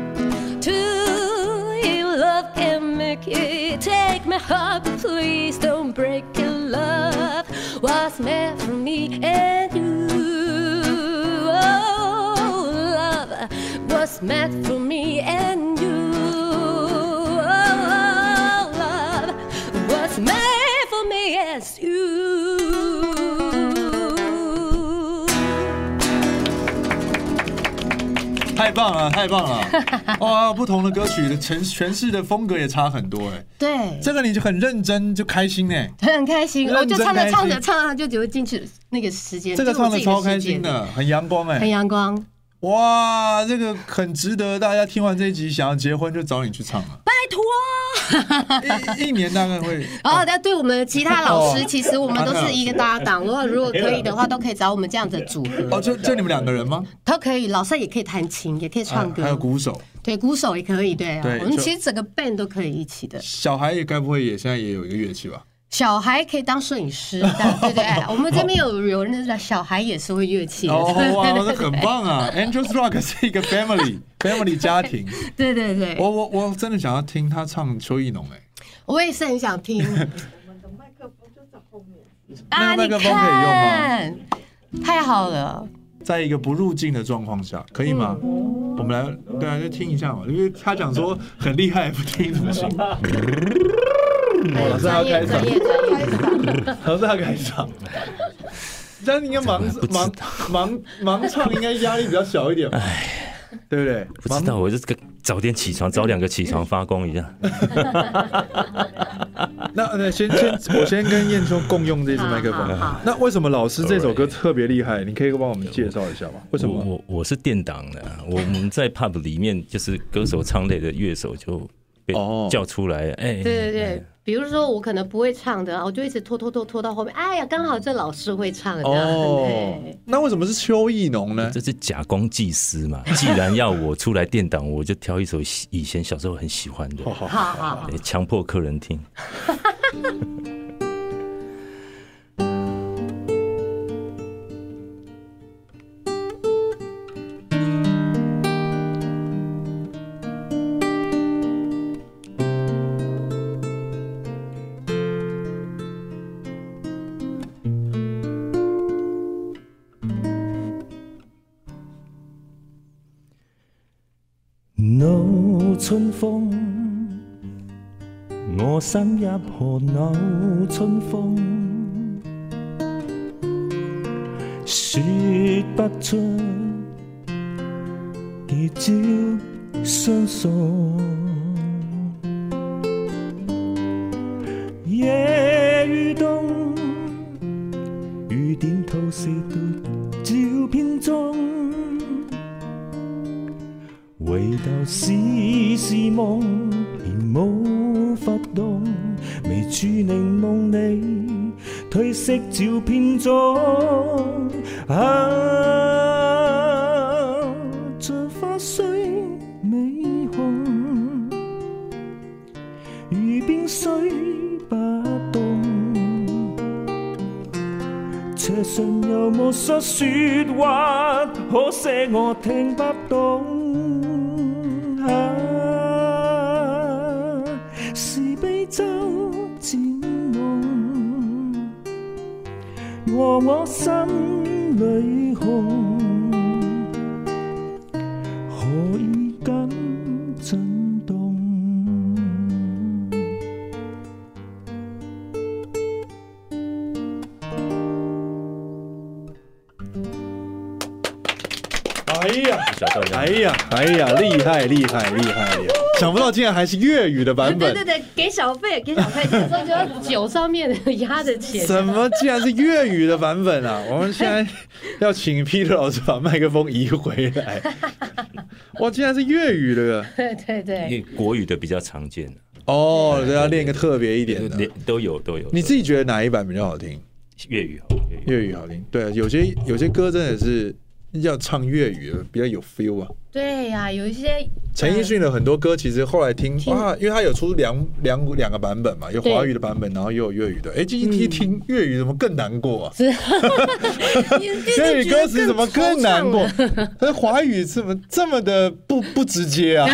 Two in love can make it. Take my heart, but please don't break it. Love was meant for me and you. Oh, love was meant for me and you. Oh, love was meant for me as you. 太棒了，太棒了！哇，不同的歌曲的诠诠释的风格也差很多哎。 对， 这个你就很认真，就开心哎， 很开心。我就唱着唱着唱着就觉得进去那个时间， 这个唱的超开心的，很阳光哎， 很阳光。 哇，这个很值得大家听完这一集想要结婚就找你去唱了。 拜托。 一, 一年大概会， 然后对我们其他老师，其实我们都是一个搭档。如果如果可以的话，都可以找我们这样的组合。 哦，就就你们两个人吗？ 都可以，老师也可以弹琴，也可以唱歌， 还有鼓手。 对，鼓手也可以。对啊，我们其实整个 band 都可以一起的。 小孩也该不会也现在也有一个乐器吧？ 小孩可以当摄影师，对对，我们这边有有人的小孩也是会乐器的。 哦，哇，那很棒啊 ！Angels Rock 是一个 family family 家庭。 对对对， 我我我真的想要听他唱邱意浓哎， 我也是很想听。我们的麦克风就在后面。 那个麦克风可以用吗？ 太好了， 在一个不入镜的状况下，可以吗？嗯、我们来对啊，就听一下嘛，因为他讲说很厉害，不听怎么行？哦，老师要开场，老师要开场，这样应该盲盲盲盲唱，应该压力比较小一点吧？哎，对不对？ 不知道，我就早点起床，早两个起床发功一下。 那那先先我先跟燕秋共用这支麦克风。那为什么老师这首歌特别厉害？你可以帮我们介绍一下吗？为什么？ 我我我是电档的，我们在 pub 里面就是歌手唱类的乐手就被叫出来，哎、哦， 对对对。比如说我可能不会唱的，我就一直拖拖拖拖到后面。哎呀，刚好这老师会唱的。哦， 那为什么是邱意浓呢？ 这是假公济私嘛。既然要我出来垫档，我就挑一首以前小时候很喜欢的， 好好好， 强迫客人听。 闹春風，我心入河鬧春風，說不出結招相送。夜與冬，雨點透射到照片中。唯獨是是夢，而無法動，未處凝望你褪色照片中，啊，像花雖美紅， 如冰水不凍，車上有無數說話，可惜我聽不懂。啊，是悲秋漸濃，和我心裏紅，可以更震動。 哎呀，哎呀，哎呀，厉害厉害厉害！想不到竟然还是粤语的版本。 对对对，给小费，给小费，这时候就要酒上面的压着钱。 什么？竟然是粤语的版本啊！我们现在要请 Peter 老师把麦克风移回来。哇，竟然是粤语的。 对对对， 因为国语的比较常见。 哦，对，要练一个特别一点的， 都有都有。 你自己觉得哪一版比较好听？ 粤语好， 粤语好听。对，有些有些歌真的是要唱粤语比较有 feel 啊。 对呀、啊，有一些陈奕迅的很多歌，其实后来听啊，因为他有出两两两个版本嘛，有华语的版本，然后又有粤语的。哎，这一听听粤语怎么更难过啊？粤语歌词怎么更难过？可是华语怎么这么的不不直接啊？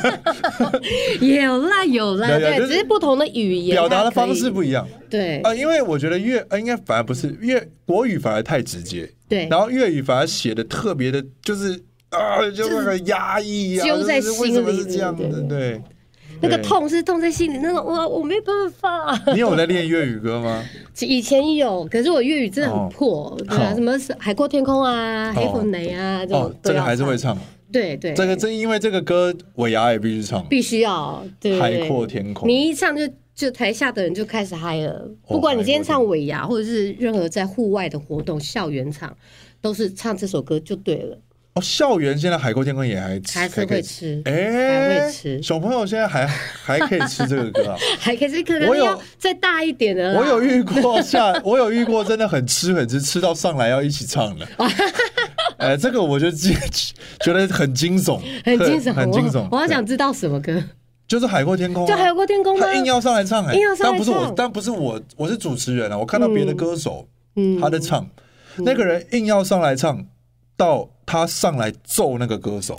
有啦有啦，对，只是不同的语言表达的方式不一样。 对， 呃，因为我觉得粤呃应该反而不是粤国语反而太直接， 对， 然后粤语反而写的特别的，就是啊，就那个压抑啊， 揪在心里， 为什么是这样的？对， 那个痛是痛在心里，那种哇，我没办法。 你有在练粤语歌吗？ 以前有，可是我粤语真的很破，对啊，什么海阔天空啊、黑凤梨啊这种， 这个还是会唱。 对对， 这个正因为这个歌尾牙也必须唱， 必须要对海阔天空。 你一唱就就台下的人就开始嗨了，不管你今天唱尾牙或者是任何在户外的活动、校园场，都是唱这首歌就对了。 哦，校园现在海阔天空也还还是会吃， 哎、 欸，还会吃。 小朋友现在还还可以吃这个歌啊， 还可以吃，可能要再大一点的。 我有遇过下，我有遇过真的很吃很吃，吃到上来要一起唱的。哎、欸，这个我就觉得很惊悚， 很惊悚， 很惊悚。 我好想知道什么歌。 就是海阔天空、啊， 就海阔天空吗？ 他硬要上来唱、欸，哎， 硬要上来唱， 但不是我，但不是我，我是主持人啊。我看到别的歌手，嗯，他在唱，嗯、那个人硬要上来唱，到他上来揍那个歌手，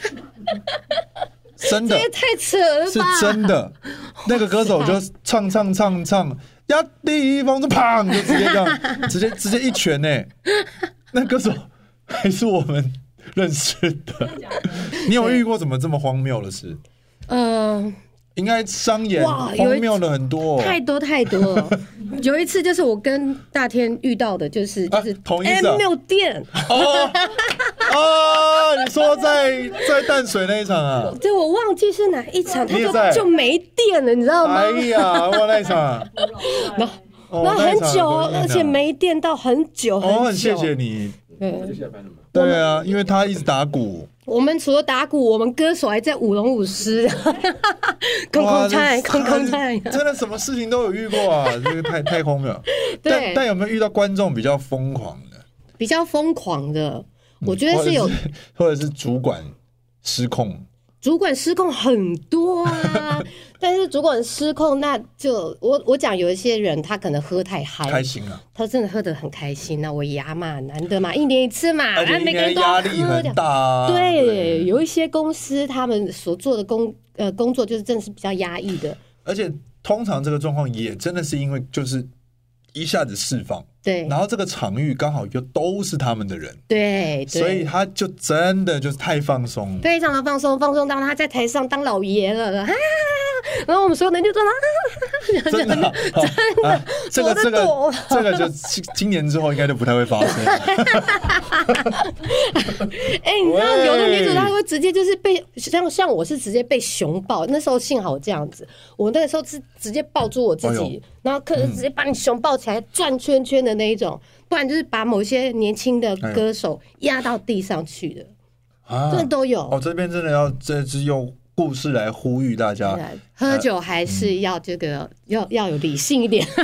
真的， 这也太扯了吧！ 是真的，那个歌手就唱唱唱唱，呀地方就砰，就直接这样，直接直接一拳呢、欸。那歌手还是我们认识的，你有遇过怎么这么荒谬的事？嗯、呃，应该商演荒谬的很多、哦， 太多太多了。有一次就是我跟大天遇到的，就是就是同一次 M 六店哦啊，你说在在淡水那一场啊？ 对，我忘记是哪一场，他就就没电了，你知道吗？ 哎呀，我那一场， 那那很久，而且没电到很久很久。 哦，很谢谢你。对啊，因为他一直打鼓。 我们除了打鼓，我们歌手还在舞龙舞狮，空空唱，空空唱， 真的什么事情都有遇过啊！这个太太荒谬。但但有没有遇到观众比较疯狂的？ 比较疯狂的，我觉得是有， 或者是主管失控。 主管失控很多啊，但是主管失控，那就我我讲有一些人他可能喝太嗨， 开心啊， 他真的喝得很开心。那我牙嘛，难得嘛，一年一次嘛， 而且每个人都压力很大、啊。 对，对，有一些公司他们所做的工呃工作就是真的是比较压抑的， 而且通常这个状况也真的是因为就是一下子释放。 对， 然后这个场域刚好又都是他们的人， 对，对， 所以他就真的就是太放松， 非常的放松，放松到他在台上当老爷了，啊、然后我们所有人就说啊， 真的，真的，真的啊、这个这个这个就今年之后应该就不太会发生。 哎、欸，你知道有的女主她会直接就是被像像我是直接被熊抱，那时候幸好我这样子，我那个时候是直接抱住我自己，哎、然后可能直接把你熊抱起来转圈圈的那一种，不然就是把某些年轻的歌手压到地上去的，啊，这都有。 哦，这边真的要这是用故事来呼吁大家， 喝酒还是要这个、呃、要要有理性一点。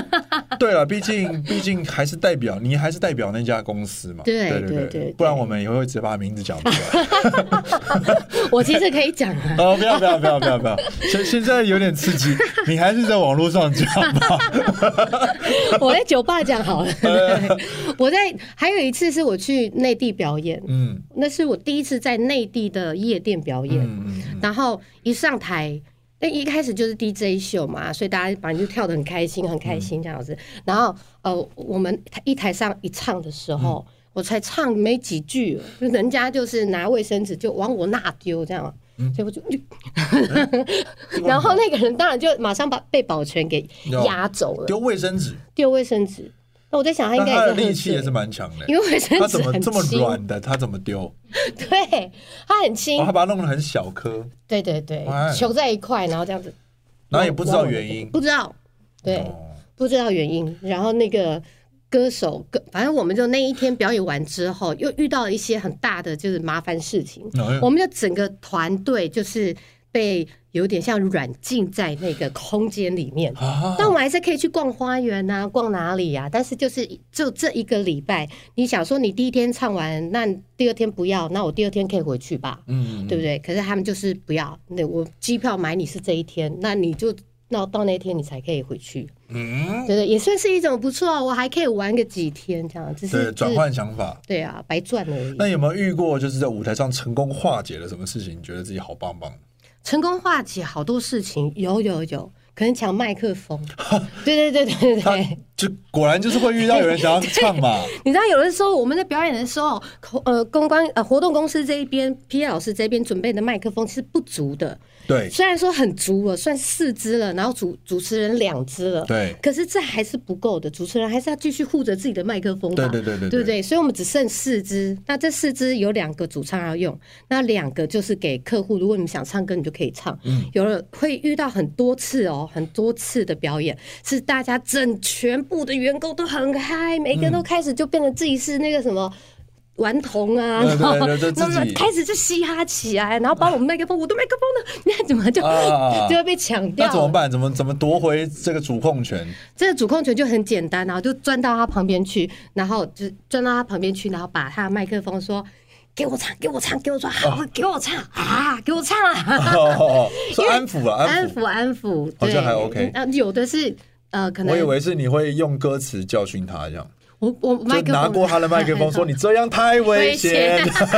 对了，毕竟毕竟还是代表你，还是代表那家公司嘛。 对对 对, 对, 对, 对，不然我们也会直接把名字讲出来。 我其实可以讲啊。 哦，不要不要不要不要不要，现现在有点刺激，你还是在网络上讲吧。 我在酒吧讲好了。我在还有一次是我去内地表演，嗯，那是我第一次在内地的夜店表演，嗯嗯嗯，然后一上台。因为一开始就是 D J 秀嘛，所以大家反正就跳得很开心，很开心这样子。嗯、然后呃，我们一台上一唱的时候，嗯、我才唱没几句，人家就是拿卫生纸就往我那丢这样，嗯、所以我就，嗯、然后那个人当然就马上把被保全给压走了， 丢卫生纸， 丢卫生纸。那我在想，他应该也是他的力气也是蛮强的， 因为卫生纸他怎么这么软的？他怎么丢？ 对，他很轻， 哦、他把它弄得很小颗， 对对对，球在一块，然后这样子， 然后也不知道原因， 不知道，对，哦、不知道原因。然后那个歌手，反正我们就那一天表演完之后，又遇到了一些很大的就是麻烦事情，哦、我们就整个团队就是被。有点像软禁在那个空间里面，啊、但我们还是可以去逛花园啊，逛哪里啊？但是就是就这一个礼拜，你想说你第一天唱完，那第二天不要，那我第二天可以回去吧，嗯，对不对？可是他们就是不要，那我机票买你是这一天，那你就到到那天你才可以回去，嗯，对对，也算是一种不错，我还可以玩个几天这样，只是转换想法， 对啊，白赚而已。 那有没有遇过就是在舞台上成功化解了什么事情，觉得自己好棒棒？ 成功化解好多事情，有有有，可能抢麦克风，对对对对对， 就果然就是会遇到有人想要唱嘛。 你知道，有的时候我们在表演的时候，呃，公关呃活动公司这一边 ，P A 老师这边准备的麦克风是不足的。 对， 虽然说很足了，算四支了，然后主主持人两支了， 对， 可是这还是不够的，主持人还是要继续护着自己的麦克风吧， 对对对对， 对不对？所以我们只剩四支，那这四支有两个主唱要用，那两个就是给客户，如果你们想唱歌，你就可以唱。嗯，有了会遇到很多次哦，很多次的表演，是大家整全部的员工都很嗨，每个人都开始就变成自己是那个什么。顽童啊，然后那么开始就嘻哈起来，然后把我们麦克风，我的麦克风呢？那怎么就、啊、就会被抢掉？ 那怎么办？怎么怎么夺回这个主控权？ 这个主控权就很简单，然后就钻到他旁边去，然后就钻到他旁边去，然后把他的麦克风说。给我唱，给我唱，给我唱，好，哦、给我唱啊，给我唱啊！ 哦，说安抚啊， 安抚，安抚， 好像还 OK。 那有的是呃，可能我以为是你会用歌词教训他这样。 我我麦克风就拿过他的麦克风说：“你这样太危险。”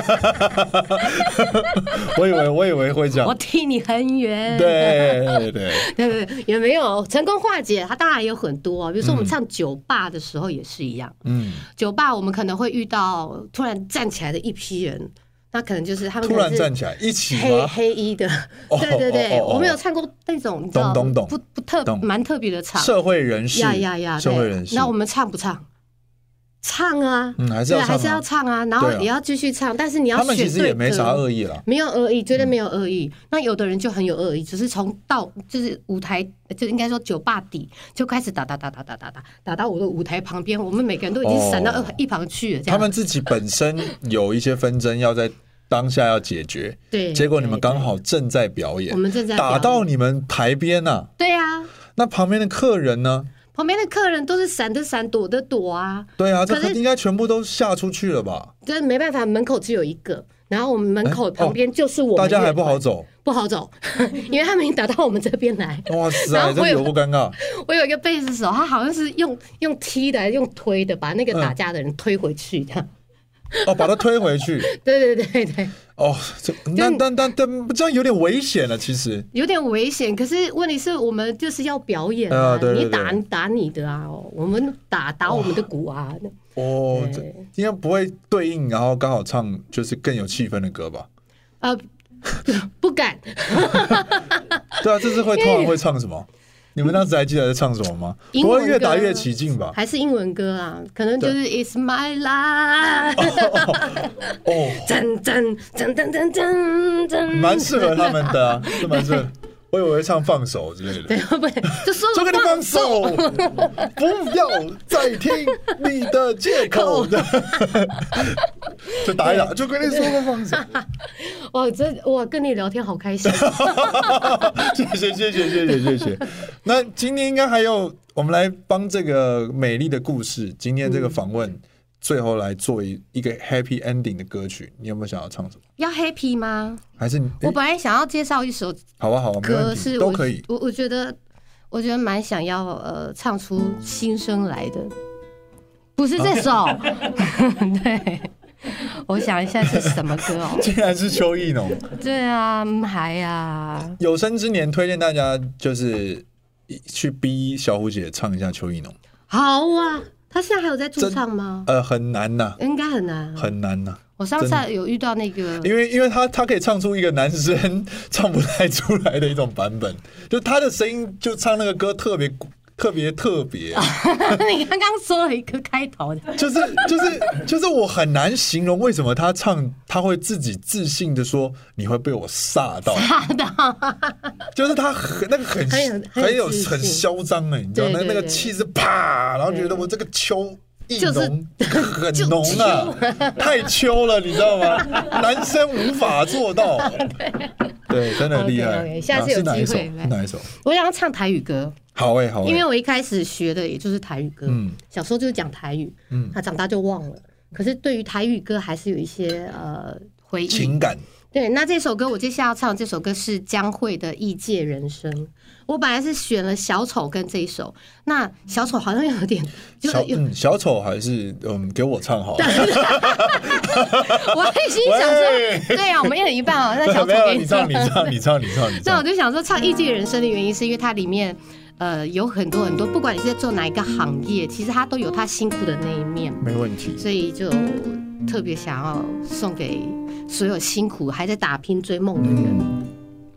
我以为我以为会这样， 我替你很远。 对对对对对，也没有成功化解，它当然有很多，比如说我们唱酒吧的时候也是一样。嗯，酒吧我们可能会遇到突然站起来的一批人。那可能就是他们突然站起来一起黑黑衣的，对对对，我们有唱过那种你知道懂懂不不特蛮特别的场， 社会人士呀呀呀， 社会人士。 那我们唱不唱？唱啊， 嗯，还是要唱、啊， 还是要唱啊，然后也要继续唱，但是你要选对歌。 他们其实也没啥恶意了， 没有恶意，绝对没有恶意。嗯、那有的人就很有恶意，只是从到就是舞台，就应该说酒吧底就开始打打打打打打打打到我的舞台旁边，我们每个人都已经闪到一旁去了。 他们自己本身有一些纷争要在当下要解决， 对， 结果你们刚好正在表演， 我们正在打到你们台边啊， 对啊， 那旁边的客人呢？ 旁边的客人都是闪的闪，躲的躲啊。 对啊，这应该全部都下出去了吧？ 这没办法，门口只有一个，然后我们门口旁边就是我们、 欸哦，大家还不好走， 不好走，因为他们已经打到我们这边来。 哇塞，这有多尴尬！ 我有一个贝斯手，他好像是用用踢的，用推的，把那个打架的人推回去，这样。 哦，把他推回去。 对对对对。 哦，这但但但但这样有点危险了，其实有点危险。可是问题是我们就是要表演啊，呃、对对对，你打你打你的啊，我们打打我们的鼓啊。 哦，这应该不会对应，然后刚好唱就是更有气氛的歌吧？ 呃，不敢。 对啊，这次会通常会唱什么？你们当时还记得在唱什么吗？不会越打越起劲吧？ 还是英文歌啊？可能就是 It's my life， 哦，噔噔噔噔噔噔噔， 蛮适合他们的、啊，是蛮适合。 我以为唱放手之类的， 对，会不会就说就跟你放手，不要再听你的借口，就打一打，就跟你说个放手。 哇，这我跟你聊天好开心， 谢谢谢谢谢谢谢谢。那今天应该还有，我们来帮这个美丽的故事，今天这个访问。嗯最后来做一个 happy ending 的歌曲，你有没有想要唱什么？ 要 happy 吗？ 还是你我本来想要介绍一首好啊好啊， 歌是都可以。 我我觉得我觉得蛮想要呃唱出心声来的，不是这首。对，我想一下是什么歌哦？ 竟然是邱意浓。 对啊，还啊。 有生之年推荐大家就是去逼小虎姐唱一下邱意浓。 好啊。他现在还有在驻唱吗？ 呃，很难呐、啊， 应该很难， 很难呐、啊。 我上次有遇到那个， 因为因为他他可以唱出一个男生唱不太出来的一种版本，就他的声音就唱那个歌特别特别特别。 你刚刚说了一个开头的， 就是就是就是我很难形容为什么他唱他会自己自信的说你会被我煞到， 煞到， 就是他很那个很很有很有很嚣张哎，你知道那那个气势啪，然后觉得我这个秋。意浓很浓啊，太秋了，你知道吗？男生无法做到，对，真的很厉害。 Okay, okay, 下次有机会， 是哪一首？ 我想要唱台语歌。 好哎、欸，好、欸， 因为我一开始学的也就是台语歌，嗯，小时候就是讲台语，嗯，他长大就忘了。可是对于台语歌还是有一些呃回忆、 情感。 对，那这首歌我接下来要唱的这首歌是江蕙的《异界人生》。我本来是选了小丑跟这一首，那小丑好像有点就小嗯小丑还是嗯给我唱好了。 我内心想说，对啊，我们一人一半啊，那小丑给你唱，你唱，你唱，你唱，你唱。 那我就想说，唱《异界人生》的原因是因为它里面呃有很多很多，不管你是在做哪一个行业，其实它都有它辛苦的那一面。 没问题。 所以就特别想要送给所有辛苦还在打拼追梦的人。嗯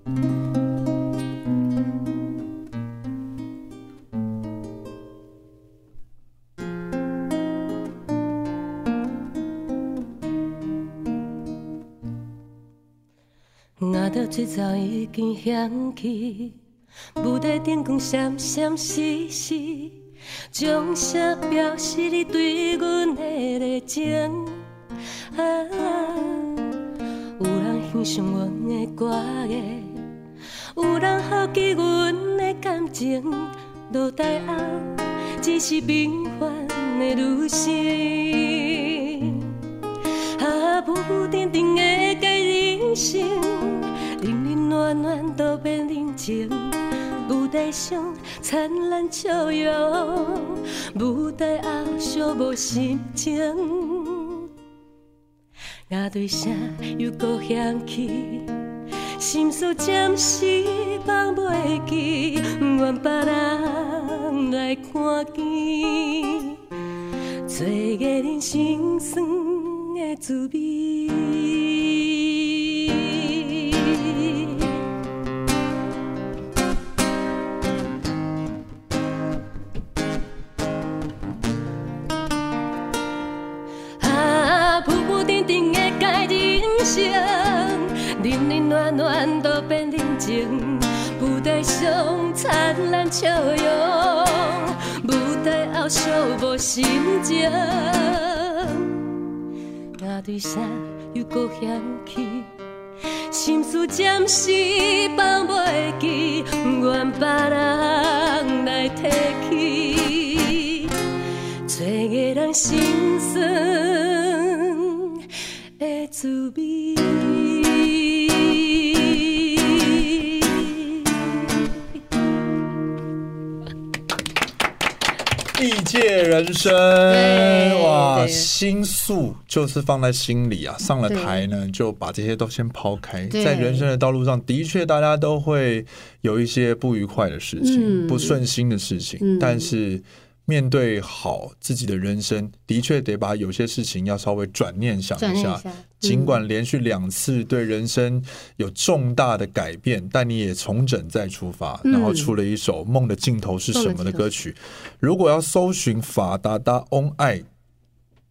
我的嘴角已经响起，舞台顶讲闪闪烁烁，将啥表示你对阮的热情？啊，有人欣赏阮的歌艺，有人好奇阮的感情，落台后只是平凡的女性。啊，浮浮沉沉的假人生。冷冷暖暖都变冷情，舞台上灿烂笑容，舞台后寂无心情。我对声又搁响起，心事暂时放袂记，愿别人来看见，做个人心酸的滋味。冷冷暖暖都变冷情，舞台上灿烂笑容，舞台后寂无心情。我对声又搁响起，心事暂时放袂记，愿别人来提起，做个人心酸的滋味。 异界人生，哇，心诉就是放在心里啊。上了台呢，就把这些都先抛开。在人生的道路上，的确大家都会有一些不愉快的事情、嗯、不顺心的事情、嗯、但是面对好自己的人生，的确得把有些事情要稍微转念想一下。尽管连续两次对人生有重大的改变，但你也重整再出发、嗯、然后出了一首《梦的尽头是什么》的歌曲。如果要搜寻法达达 on 爱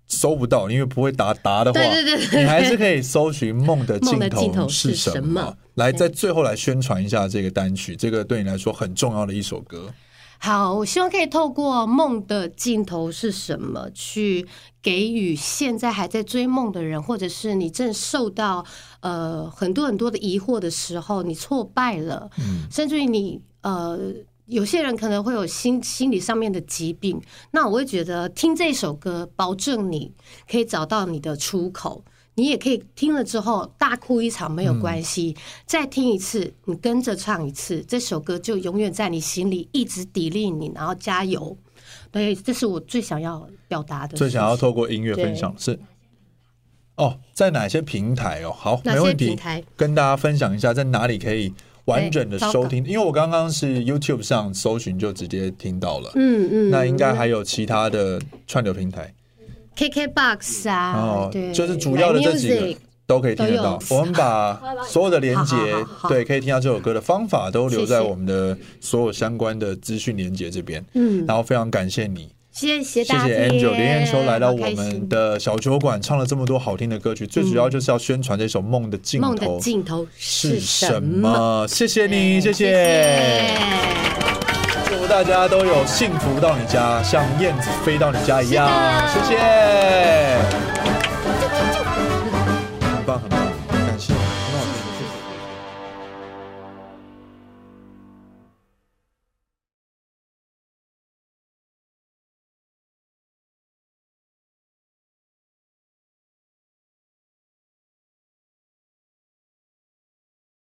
搜不到，因为不会答答的话， 对对对， 你还是可以搜寻梦的尽头是什么。 什么来，在最后来宣传一下这个单曲，这个对你来说很重要的一首歌。 好，我希望可以透过梦的尽头是什么，去给予现在还在追梦的人，或者是你正受到呃很多很多的疑惑的时候，你挫败了，嗯、甚至于你呃。有些人可能会有心心理上面的疾病，那我会觉得听这首歌，保证你可以找到你的出口。你也可以听了之后大哭一场没有关系，嗯、再听一次，你跟着唱一次，这首歌就永远在你心里一直砥砺你，然后加油。对，这是我最想要表达的，最想要透过音乐分享是。哦，在哪些平台哦？好，没问题，跟大家分享一下，在哪里可以完整的收听，因为我刚刚是 YouTube 上搜寻就直接听到了，嗯嗯，那应该还有其他的串流平台 ，K K Box 啊，哦，对， 就是主要的这几个都可以听得到。我们把所有的连结，对，可以听到这首歌的方法都留在我们的所有相关的资讯连结这边，嗯，然后非常感谢你。 谢谢大家， 谢谢 Angel 林彦秋来到我们的小酒馆，唱了这么多好听的歌曲，最主要就是要宣传这首《梦的尽头》。 梦的尽头是什么？谢谢你，谢谢。祝福大家都有幸福到你家，像燕子飞到你家一样。谢谢。